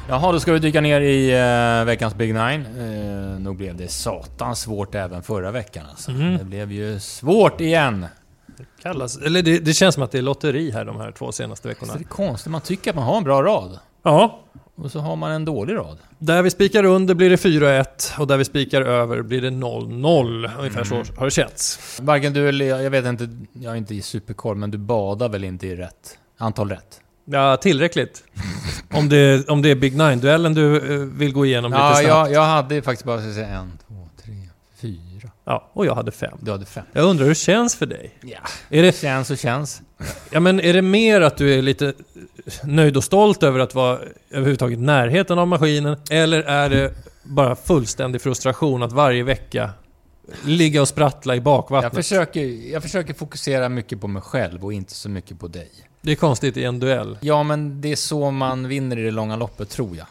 Jaha, då ska vi dyka ner i veckans Big Nine. Nog blev det satans svårt även förra veckan. Alltså. Det blev ju svårt igen. Det känns som att det är lotteri här de här 2 senaste veckorna. Så det är konstigt, man tycker att man har en bra rad. Ja. Och så har man en dålig rad. Där vi spikar under blir det 4-1 och där vi spikar över blir det 0-0. Ungefär så har det känts. Varken du eller jag vet inte, jag är inte i superkoll, men du badar väl inte i rätt antal rätt? Ja, tillräckligt. om det är Big Nine-duellen du vill gå igenom lite snabbt. Ja, jag hade faktiskt bara så att säga 1, 2, 3, 4. Ja, och jag hade 5. Du hade 5. Jag undrar hur det känns för dig. Ja, är det känns och känns. Ja, men är det mer att du är lite nöjd och stolt över att vara överhuvudtaget i närheten av maskinen? Eller är det bara fullständig frustration att varje vecka ligga och sprattla i bakvattnet? Jag försöker fokusera mycket på mig själv och inte så mycket på dig. Det är konstigt i en duell. Ja, men det är så man vinner i det långa loppet, tror jag.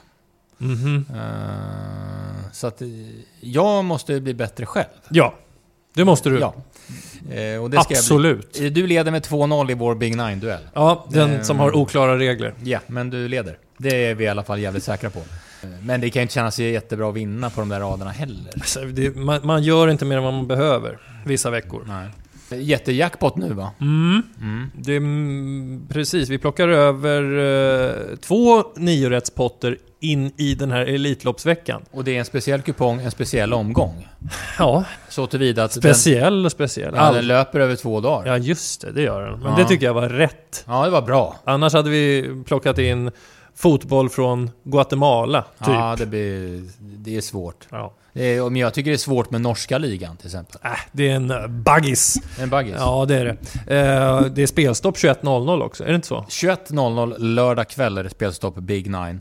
Så att jag måste bli bättre själv. Ja, det måste du. Ja. Och det ska absolut. Du leder med 2-0 i vår Big Nine-duell. Ja, den som har oklara regler. Ja, men du leder. Det är vi i alla fall jävligt säkra på. Men det kan inte kännas jättebra att vinna på de där raderna heller. Alltså, man gör inte mer än vad man behöver vissa veckor. Nej. Jättejackpot nu, va? Det är, precis, vi plockar över 2 9-rättspotter in i den här elitloppsveckan. Och det är en speciell kupong, en speciell omgång. Ja. Så tillvida att speciell. Ja, den löper över 2 dagar. Ja, just det gör den. Men det tycker jag var rätt. Ja, det var bra. Annars hade vi plockat in fotboll från Guatemala, typ. Ja, det är svårt. Ja. Men jag tycker det är svårt med norska ligan, till exempel. Det är en baggis. En baggis? Ja, det är det. Det är spelstopp 21.00 också, är det inte så? 21.00 lördag kväll är det spelstopp Big Nine.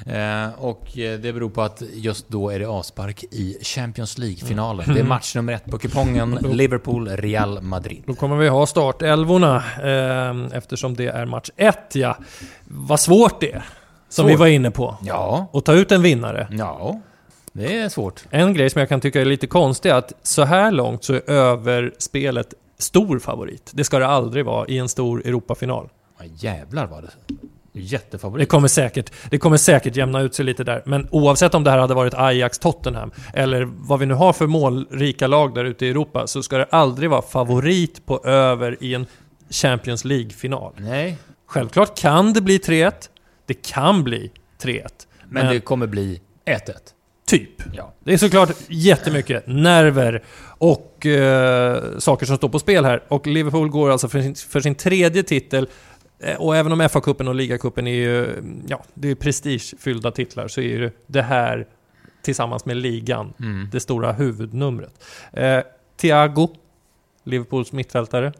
Och det beror på att just då är det avspark i Champions League-finalen. Det är match nummer 1 på kupongen, Liverpool-Real Madrid. Då kommer vi ha startelvorna eftersom det är match 1, ja. Vad svårt det är, som vi var inne på. Ja. Och ta ut en vinnare. Ja, det är svårt. En grej som jag kan tycka är lite konstig är att så här långt så är överspelet stor favorit. Det ska det aldrig vara i en stor Europafinal. Ja, jävlar vad det jättefavorit. Det kommer säkert jämna ut sig lite där. Men oavsett om det här hade varit Ajax, Tottenham eller vad vi nu har för målrika lag där ute i Europa, så ska det aldrig vara favorit på över i en Champions League-final. Nej. Självklart kan det bli 3-1. Det kan bli 3-1. Men det kommer bli 1-1. Typ. Ja. Det är såklart jättemycket nerver och saker som står på spel här. Och Liverpool går alltså för sin 3:e titel. Och även om FA-cupen och Liga-cupen är ju, det är prestigefyllda titlar, så är det här tillsammans med ligan det stora huvudnumret. Thiago, Liverpools mittfältare.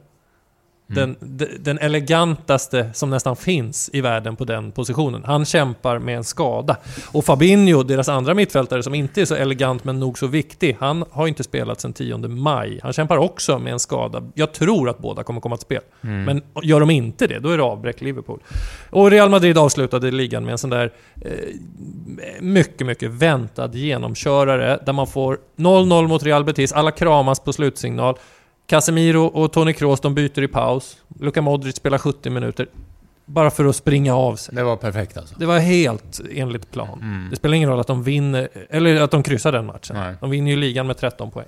Den elegantaste som nästan finns i världen på den positionen. Han kämpar med en skada. Och Fabinho, deras andra mittfältare som inte är så elegant men nog så viktig, han har inte spelat sedan 10 maj. Han kämpar också med en skada. Jag tror att båda kommer komma till spel. Men gör de inte det, då är det avbräck Liverpool. Och Real Madrid avslutade ligan med en sån där mycket, mycket väntad genomkörare där man får 0-0 mot Real Betis. Alla kramas på slutsignal. Casemiro och Toni Kroos, de byter i paus. Luka Modric spelar 70 minuter bara för att springa av sig. Det var perfekt alltså. Det var helt enligt plan. Det spelar ingen roll att de vinner eller att de kryssar den matchen. Nej. De vinner ju ligan med 13 poäng.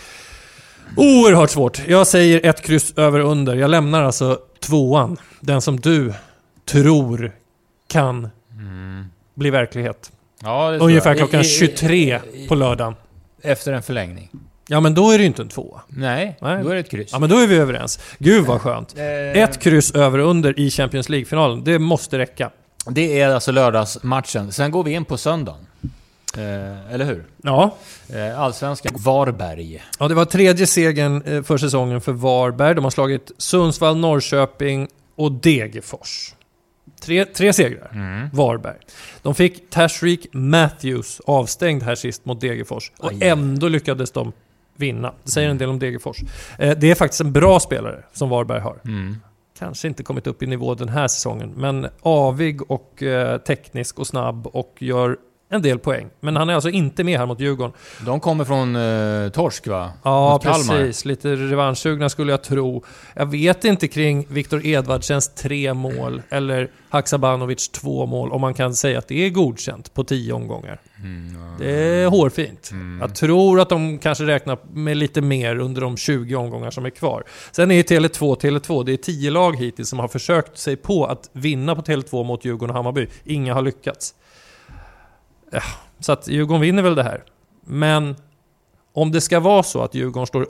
Oerhört svårt. Jag säger 1 kryss över under. Jag lämnar alltså 2:an. Den som du tror kan bli verklighet. Ja, det ungefär klockan 23 på lördagen. Efter en förlängning. Ja, men då är det ju inte en 2. Nej, då är det ett kryss. Ja, men då är vi överens. Gud vad skönt. 1 kryss över under i Champions League-finalen. Det måste räcka. Det är alltså lördagsmatchen. Sen går vi in på söndagen. Eller hur? Ja. Allsvenskan. Varberg. Ja, det var 3:e segern för säsongen för Varberg. De har slagit Sundsvall, Norrköping och Degerfors. 3 segrar. Varberg. De fick Tashreeq Matthews avstängd här sist mot Degerfors. Och ändå lyckades de vinna. Det säger en del om Degerfors. Det är faktiskt en bra spelare som Varberg har. Kanske inte kommit upp i nivå den här säsongen. Men avig och teknisk och snabb och gör en del poäng. Men han är alltså inte med här mot Djurgården. De kommer från torsk, va? Ja, precis. Lite revanschsugna skulle jag tro. Jag vet inte kring Viktor Edvardsens 3 mål eller Haksabanovic 2 mål om man kan säga att det är godkänt på 10 omgångar. Det är hårfint. Jag tror att de kanske räknar med lite mer under de 20 omgångar som är kvar. Sen är Tele2. Det är 10 lag hittills som har försökt sig på att vinna på Tele2 mot Djurgården och Hammarby. Inga har lyckats. Ja, så att Djurgården vinner väl det här. Men om det ska vara så att Djurgården står i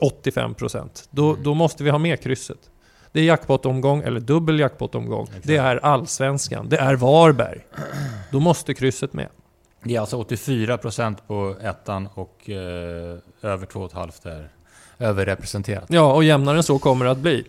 85%, då måste vi ha med krysset. Det är jackpot-omgång eller dubbel jackpot-omgång. Exakt. Det är allsvenskan. Det är Varberg. Då måste krysset med. Det är alltså 84% på ettan och över 2,5 där. Överrepresenterat. Ja, och jämnare än så kommer det att bli.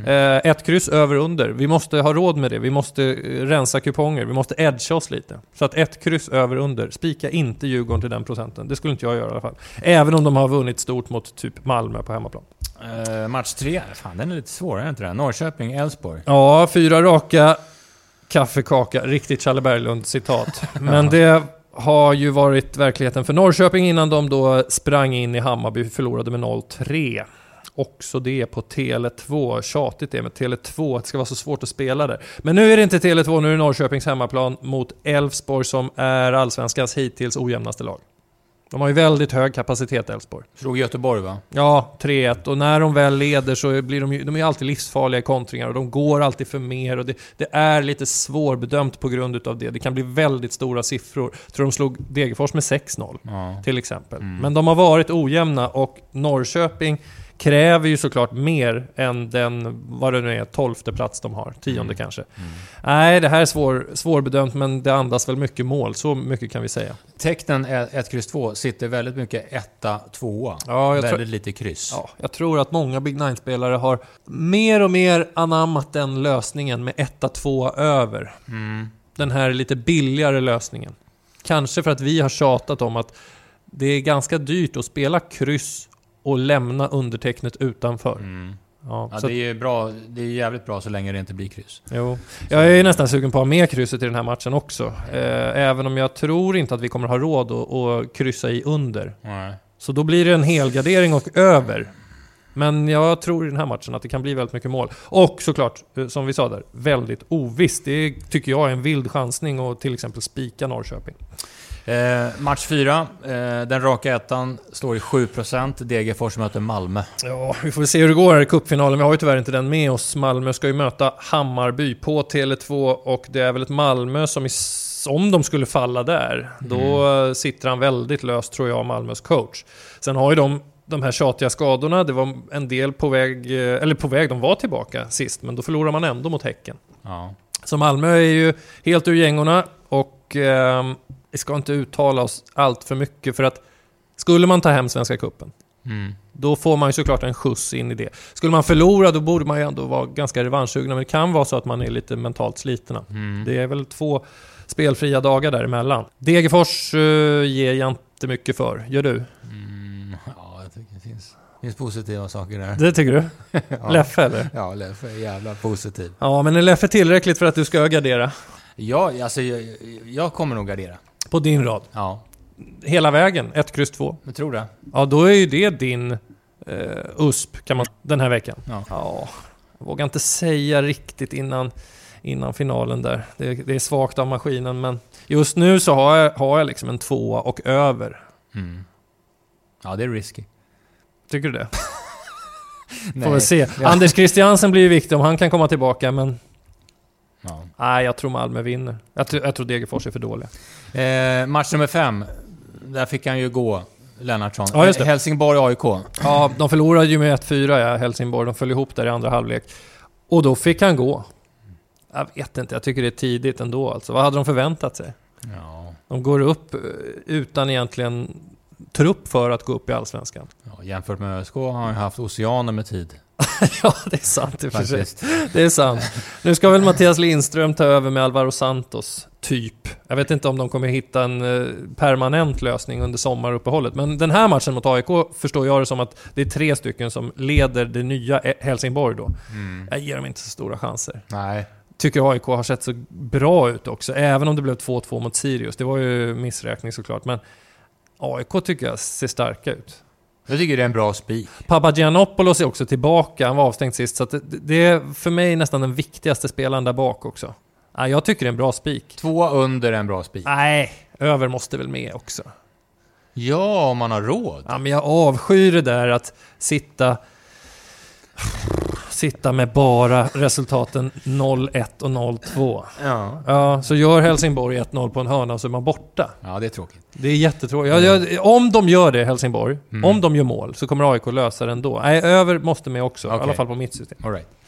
Ett kryss över under. Vi måste ha råd med det. Vi måste rensa kuponger. Vi måste edga oss lite. Så att ett kryss över under. Spika inte Djurgården till den procenten. Det skulle inte jag göra i alla fall. Även om de har vunnit stort mot typ Malmö på hemmaplan. Match 3. Fan, den är lite svårare, inte det? Norrköping, Elfsborg. Ja, 4 raka kaffekaka. Riktigt Challe Berglund-citat. Men det har ju varit verkligheten för Norrköping innan de då sprang in i Hammarby, förlorade med 0-3. Också det på Tele2. Tjatigt det med Tele2, det ska vara så svårt att spela där. Men nu är det inte Tele2, nu är det Norrköpings hemmaplan mot Elfsborg som är allsvenskans hittills ojämnaste lag. De har ju väldigt hög kapacitet, Elfsborg. Slog Göteborg, va? Ja, 3-1. Och när de väl leder så blir de är alltid livsfarliga i kontringar och de går alltid för mer. Och det är lite svårbedömt på grund av det. Det kan bli väldigt stora siffror. Jag tror de slog Degerfors med 6-0 till exempel. Men de har varit ojämna och Norrköping kräver ju såklart mer än den, vad det nu är, 12:e plats de har, 10:e kanske. Nej, det här är svårbedömt, men det andas väl mycket mål, så mycket kan vi säga. Tecknen 1-2 sitter väldigt mycket 1-2. Ja, väldigt lite kryss. Ja, jag tror att många Big Nine-spelare har mer och mer anammat den lösningen med 1-2 över. Den här lite billigare lösningen. Kanske för att vi har tjatat om att det är ganska dyrt att spela kryss och lämna undertecknet utanför. Ja, det är bra. Det är jävligt bra så länge det inte blir kryss. Jo. Jag är nästan sugen på att ha med krysset i den här matchen också. Även om jag tror inte att vi kommer ha råd att kryssa i under. Nej. Så då blir det en helgardering och över. Men jag tror i den här matchen att det kan bli väldigt mycket mål. Och såklart, som vi sa där, väldigt ovisst. Det tycker jag är en vild chansning att till exempel spika Norrköping. Match 4, den raka ettan står i 7%. Degerfors möter Malmö. Ja, vi får se hur det går här i cupfinalen. Vi har ju tyvärr inte den med oss. Malmö ska ju möta Hammarby på Tele2 och det är väl ett Malmö som om de skulle falla där, då sitter han väldigt löst, tror jag, Malmös coach. Sen har ju de här tjatiga skadorna. Det var en del på väg, de var tillbaka sist, men då förlorar man ändå mot Häcken. Ja. Så Malmö är ju helt ur gängorna och vi ska inte uttala oss allt för mycket, för att skulle man ta hem Svenska cupen, då får man ju såklart en skjuts in i det. Skulle man förlora, då borde man ju ändå vara ganska revanschsugna, men det kan vara så att man är lite mentalt slitna. Det är väl 2 spelfria dagar däremellan. Degerfors ger jag inte mycket för. Gör du? Ja, jag tycker det finns positiva saker där. Det tycker du? Ja. Leffe, eller? Ja, Leffe är jävla positiv. Ja, men är Leffe tillräckligt för att du ska gardera? Ja, alltså jag kommer nog gardera. På din rad? Ja. Hela vägen? 1-2? Jag tror det. Ja, då är ju det din USP kan man den här veckan. Ja. Jag vågar inte säga riktigt innan finalen där. Det är svagt av maskinen, men just nu så har jag liksom en 2 och över. Ja, det är risky. Tycker du det? Får vi se. Ja. Anders Christiansen blir ju viktig om han kan komma tillbaka, men nej, jag tror Malmö vinner. Jag tror Degerfors är för dåliga. Match nummer 5. Där fick han ju gå, Lennartsson. Ja, just det. Helsingborg-AIK. Ja, de förlorade ju med 1-4, Helsingborg. De föll ihop där i andra halvlek. Och då fick han gå. Jag vet inte, jag tycker det är tidigt ändå. Alltså. Vad hade de förväntat sig? Ja. De går upp utan egentligen trupp för att gå upp i Allsvenskan. Ja, jämfört med ÖSK har han haft oceaner med tid. Ja, det är sant i och för sig. Det är sant. Nu ska väl Mattias Lindström ta över med Alvaro Santos, typ. Jag vet inte om de kommer hitta en permanent lösning under sommaruppehållet. Men den här matchen mot AIK förstår jag det som att det är 3 stycken som leder det nya Helsingborg då. Jag ger dem inte så stora chanser. Nej. tycker AIK har sett så bra ut också. Även om det blev 2-2 mot Sirius. Det var ju missräkning såklart. Men AIK tycker jag ser starka ut. Jag tycker det är en bra spik. Papagiannopoulos är också tillbaka. Han var avstängd sist. Så att det är för mig nästan den viktigaste spelaren där bak också. Nej, jag tycker det är en bra spik. 2 under en bra spik. Nej, över måste väl med också. Ja, om man har råd. Ja, men jag avskyr det där att sitta med bara resultaten 0-1 och 0-2. Ja, så gör Helsingborg 1-0 på en hörna och så är man borta. Ja, det är tråkigt. Det är jättetråkigt. Om de gör det, Helsingborg, om de gör mål, så kommer AIK lösa det ändå. Nej, över måste med också. I alla fall på mitt system. All right.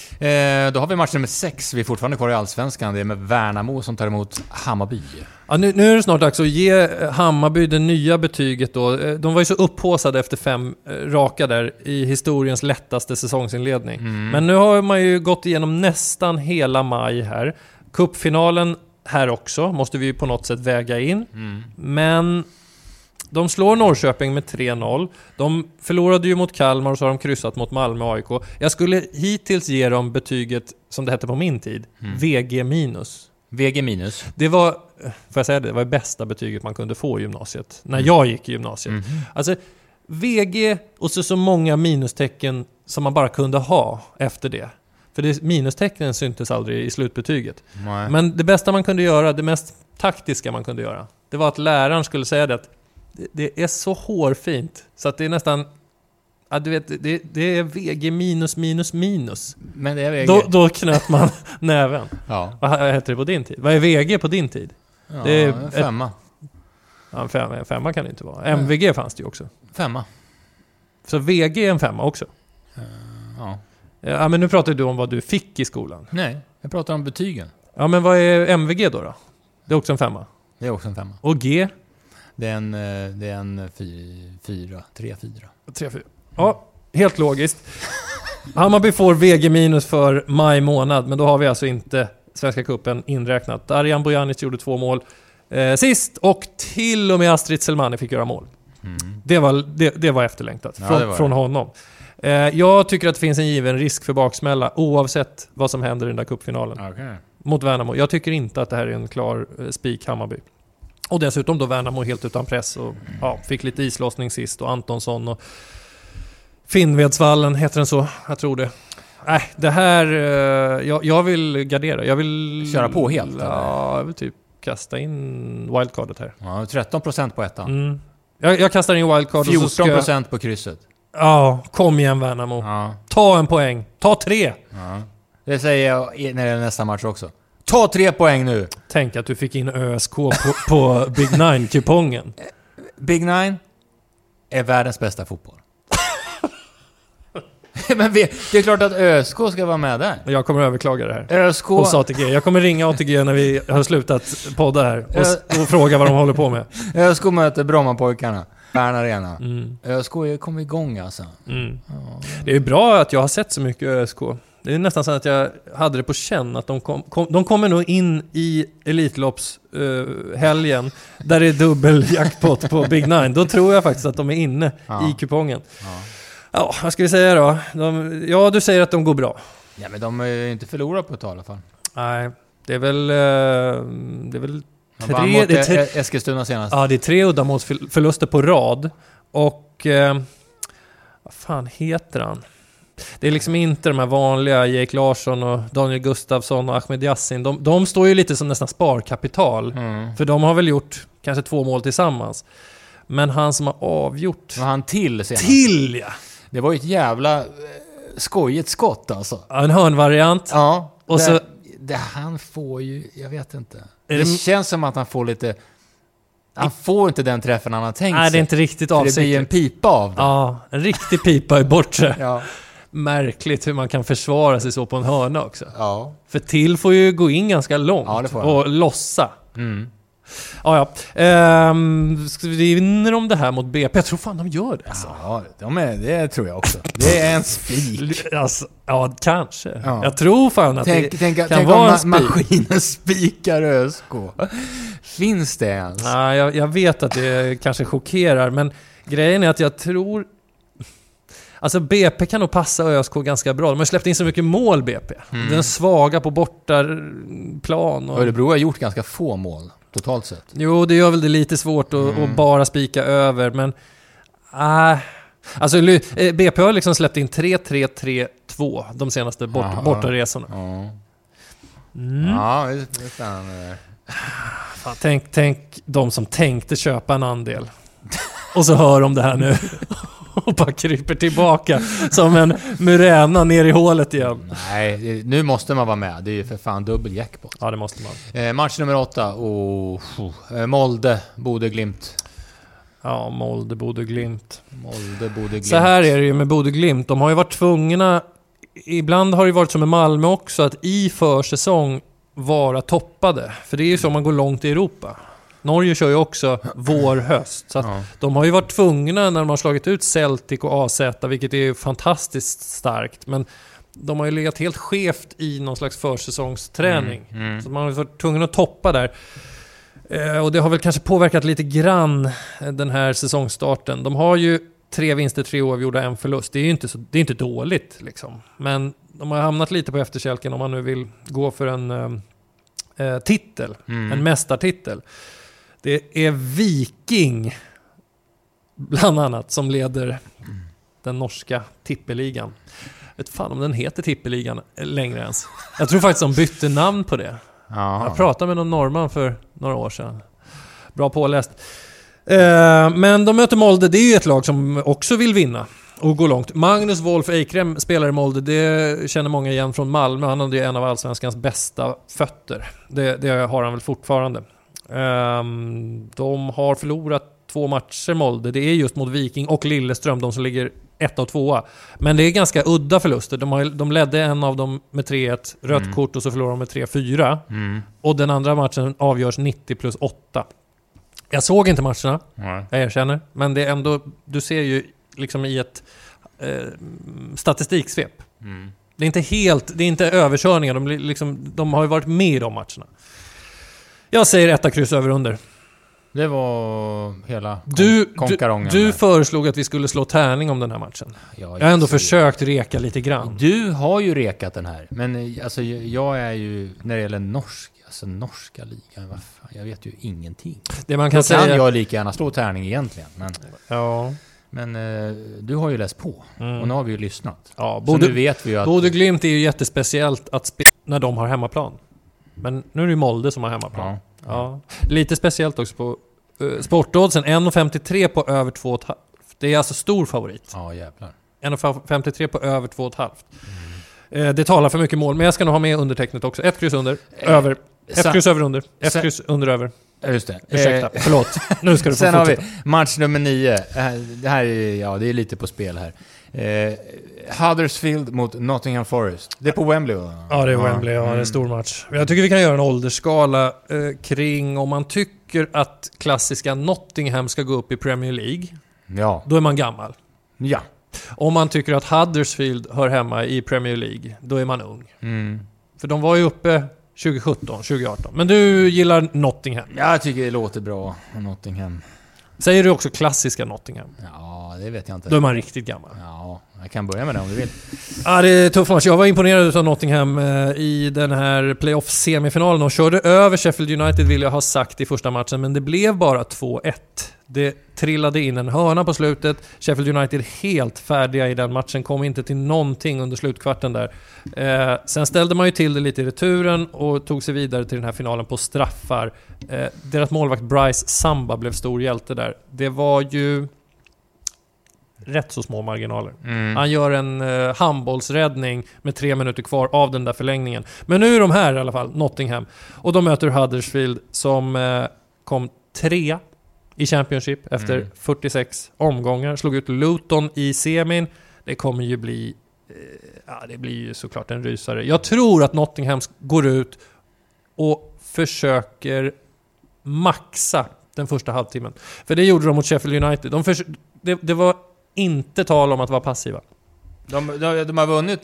Då har vi match nummer 6. Vi är fortfarande kvar i Allsvenskan. Det är med Värnamo som tar emot Hammarby. Ja, nu är det snart dags att ge Hammarby det nya betyget då. De var ju så upphåsade efter 5 raka där i historiens lättaste säsongsinledning. Men nu har man ju gått igenom nästan hela maj här. Cupfinalen här också måste vi ju på något sätt väga in. Men de slår Norrköping med 3-0. De förlorade ju mot Kalmar och så har de kryssat mot Malmö och AIK. Jag skulle hittills ge dem betyget, som det hette på min tid, VG-. VG-. Det var, får jag säga det var det bästa betyget man kunde få i gymnasiet. När jag gick i gymnasiet. Alltså, VG och så många minustecken som man bara kunde ha efter det. För minustecknen syntes aldrig i slutbetyget. Nej. Men det bästa man kunde göra, det mest taktiska man kunde göra, det var att läraren skulle säga det att det är så hårfint så att det är nästan, ja, du vet, det är VG minus. Men det är VG. Då knöt man näven. Ja. Vad heter det på din tid? Vad är VG på din tid? Ja, det är en 5. Ja, en 5 kan det inte vara. MVG fanns det ju också. 5. Så VG är en 5 också. Ja. Ja, men nu pratar du om vad du fick i skolan. Nej, jag pratar om betygen. Ja, men vad är MVG då? Det är också en 5. Det är också en 5. Och G? Det är en 3-4. 3-4. Ja, helt logiskt. Hammarby får VG minus för maj månad, men då har vi alltså inte Svenska cupen inräknat. Darjan Bojanic gjorde 2 mål sist och till och med Astrid Selmani fick göra mål. Det var efterlängtat från honom. Jag tycker att det finns en given risk för baksmälla oavsett vad som händer i den där cupfinalen. Okay. Mot Värnamo. Jag tycker inte att det här är en klar spik Hammarby. Och dessutom då Värnamo helt utan press och fick lite islåsning sist och Antonsson och Finnvedsvallen, heter den så? Jag tror det. Nej, det här jag vill gardera. Jag vill köra på helt. Ja, jag vill typ kasta in wildcardet här. Ja, 13% på ettan. Jag kastar in wildcard 14% på krysset. Ja, kom igen Värnamo. Ja. Ta en poäng. Ta 3. Ja. Det säger jag när det är nästa match också. Ta 3 poäng nu. Tänk att du fick in ÖSK på Big Nine-kupongen. Big Nine är världens bästa fotboll. Men det är klart att ÖSK ska vara med där. Jag kommer överklaga det här. ÖSK hos ATG. Jag kommer ringa ATG när vi har slutat podda här och fråga vad de håller på med. ÖSK möter Brommapojkarna. Bern Arena. ÖSK kommer igång alltså. Ja. Det är bra att jag har sett så mycket ÖSK. Det är nästan så att jag hade det på känn att de kommer nog in i Elitlopps-helgen där det är dubbel jackpot på Big Nine. Då tror jag faktiskt att de är inne i kupongen. Ja, vad ska vi säga då? Du säger att de går bra. Ja, men de är ju inte förlorat på ett tag i alla fall. Nej, det är väl 3 Eskilstuna senast. Ja, det är 3 uddamålsförluster på rad. Och vad fan heter han? Det är liksom inte de här vanliga Jake Larsson och Daniel Gustafsson och Ahmed Yassin. De står ju lite som nästan sparkapital. För de har väl gjort kanske 2 mål tillsammans. Men han som har avgjort... Var han till senast? Till, ja! Det var ju ett jävla skojigt skott alltså. En hörnvariant. Ja. Och han får ju... Jag vet inte. Det känns som att han får lite... Han får inte den träffen han har tänkt sig. Nej, det är inte riktigt avsiktligt. Det blir en pipa av det. Ja, en riktig pipa i bortre. Ja. Märkligt hur man kan försvara sig så på en hörna också. Ja. För till får ju gå in ganska långt och lossa. Ja. Vinner de det här mot BP? Jag tror fan de gör det. Alltså. Ja, det tror jag också. Det är en spik. Alltså, ja, kanske. Ja. Jag tror fan att tänk kan vara en spik. Maskinen spikar ÖSK. Finns det ens? Ja, jag vet att det kanske chockerar, men grejen är att jag tror... Alltså BP kan nog passa ÖSK ganska bra. De har släppt in så mycket mål BP. Den svaga på bortaplan. Örebro har gjort ganska få mål totalt sett. Jo, det gör väl det lite svårt att bara spika över. Men alltså BP har liksom släppt in 3-3-3-2 de senaste bortaresorna. Ja, det är spännande. Fan, tänk de som tänkte köpa en andel. Och så hör de det här nu. Och bara kryper tillbaka som en muräna ner i hålet igen. Nej, nu måste man vara med. Det är ju för fan dubbel jackpot. Ja, det måste man. Match nummer 8. Molde, Bodø/Glimt. Ja, Molde, Bodø/Glimt. Så här är det ju med Bodø/Glimt. De har ju varit tvungna... Ibland har det varit som med Malmö också, att i försäsong vara toppade. För det är ju så man går långt i Europa. Norge kör ju också vår-höst. Så att de har ju varit tvungna när de har slagit ut Celtic och AZ, vilket är fantastiskt starkt. Men de har ju legat helt skevt i någon slags försäsongsträning. Så man har ju varit tvungna att toppa där. Och det har väl kanske påverkat lite grann den här säsongstarten. De har ju 3 vinster, 3 oavgjorda, 1 förlust. Det är ju inte dåligt liksom. Men de har hamnat lite på efterkälken om man nu vill gå för en titel. En mästartitel. Det är Viking bland annat som leder den norska tippeligan. Vet fan om den heter tippeligan längre ens. Jag tror faktiskt de bytte namn på det. Jag pratade med någon norrman för några år sedan. Bra påläst. Men de möter Molde. Det är ju ett lag som också vill vinna och gå långt. Magnus Wolf Eikrem spelar i Molde. Det känner många igen från Malmö. Han hade ju en av allsvenskans bästa fötter. Det har han väl fortfarande. De har förlorat 2 matcher Molde. Det är just mot Viking och Lilleström, de som ligger 1 och 2. Men det är ganska udda förluster. De ledde en av dem med 3-1, rött kort, och så förlorade de med 3-4. Och den andra matchen avgörs 90+8. Jag såg inte matcherna, jag erkänner. Men det är ändå, du ser ju liksom i ett statistiksvep. Det är inte överkörningar. De har ju varit med i de matcherna. Jag säger 1 kryss över under. Det var hela konkarongen. Du föreslog att vi skulle slå tärning om den här matchen. Jag har ändå försökt reka lite grann. Du har ju rekat den här. Men alltså, jag är ju, när det gäller norska ligan, vad fan, jag vet ju ingenting. Det man kan säga... jag lika gärna slå tärning egentligen. Men, ja. Men du har ju läst på. Och nu har vi ju lyssnat. Ja, så nu vet vi ju att... Bodø/Glimt är ju jättespeciellt att spela när de har hemmaplan. Men nu är det ju Molde som har hemmaplan. Ja. Lite speciellt också på Sportoddsen. 1,53 på över 2,5. Det är alltså stor favorit. Ja, jävlar. 1,53 på över 2,5. Det talar för mycket mål. Men jag ska nog ha med undertecknet också. 1 kryss under. Över. 1 kryss över under. 1 kryss under över. Just det. Ursäkta, förlåt. Nu ska du få sen fortsätta. Har vi match nummer 9. Det här är, det är lite på spel här. Huddersfield mot Nottingham Forest. Det är på Wembley, va? Ja, det är Wembley. Ja, det är en stor match. Jag tycker vi kan göra en åldersskala kring om man tycker att klassiska Nottingham ska gå upp i Premier League. Ja. Då är man gammal. Ja. Om man tycker att Huddersfield hör hemma i Premier League, då är man ung. För de var ju uppe 2017, 2018. Men du gillar Nottingham? Jag tycker det låter bra, Nottingham. Säger du också klassiska Nottingham? Ja, det vet jag inte. Då är man riktigt gammal. Ja, jag kan börja med det om du vill. Ja, det är tuff match. Jag var imponerad av Nottingham i den här playoff-semifinalen och körde över Sheffield United, vill jag ha sagt, i första matchen. Men det blev bara 2-1. Det trillade in en hörna på slutet. Sheffield United helt färdiga i den matchen. Kom inte till någonting under slutkvarten där. Sen ställde man ju till det lite i returen och tog sig vidare till den här finalen på straffar. Deras målvakt Bryce Samba blev stor hjälte där. Det var ju rätt så små marginaler. Han gör en handbollsräddning med 3 minuter kvar av den där förlängningen. Men nu är de här i alla fall, Nottingham. Och de möter Huddersfield som kom 3 i Championship efter 46 omgångar. Slog ut Luton i semin. Det kommer ju bli det blir ju såklart en rysare. Jag tror att Nottingham går ut och försöker maxa den första halvtimmen. För det gjorde de mot Sheffield United. Det var inte tal om att vara passiva. De har vunnit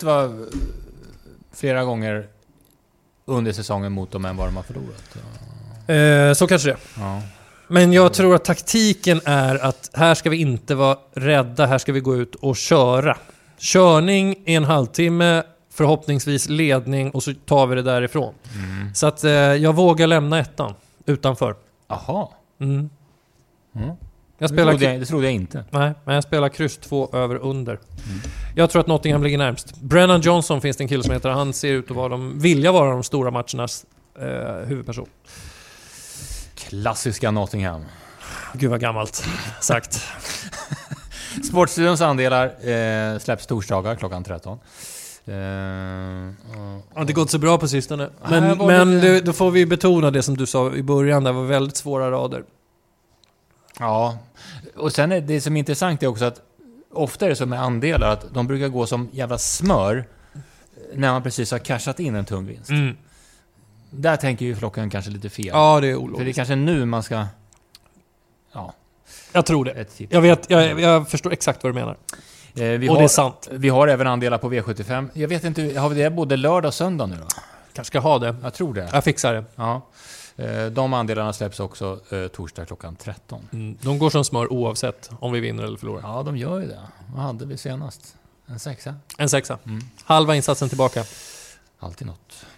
flera gånger under säsongen mot dem än vad de har förlorat. Så kanske det. Ja. Men jag tror att taktiken är att här ska vi inte vara rädda, här ska vi gå ut och köra. Körning i en halvtimme, förhoppningsvis ledning och så tar vi det därifrån. Så att jag vågar lämna ettan utanför. Jaha. Jag spelar det trodde jag inte. Nej, men jag spelar kryss 2 över under. Jag tror att Nottingham ligger närmst. Brennan Johnson finns det en kille som heter. Han ser ut att vilja vara de stora matchernas huvudperson. Klassiska Nottingham. Gud vad gammalt sagt. Sportstudions andelar släpps torsdagar klockan 13. Det har inte gått så bra på sistone. Men då får vi betona det som du sa i början. Det var väldigt svåra rader. Ja, och sen är det som är intressant är också att ofta är det som med andelar att de brukar gå som jävla smör när man precis har cashat in en tung vinst. Där tänker ju flocken kanske lite fel. Ja, det är ologiskt. För det är kanske nu man ska... Ja. Jag tror det. Jag förstår exakt vad du menar. Och det är sant. Vi har även andelar på V75. Jag vet inte, har vi det både lördag och söndag nu då? Kanske ska ha det. Jag tror det. Jag fixar det. Ja. De andelarna släpps också torsdag klockan 13. De går som smör oavsett om vi vinner eller förlorar. Ja, de gör ju det. Vad hade vi senast? En 6? En 6. Halva insatsen tillbaka. Alltid något.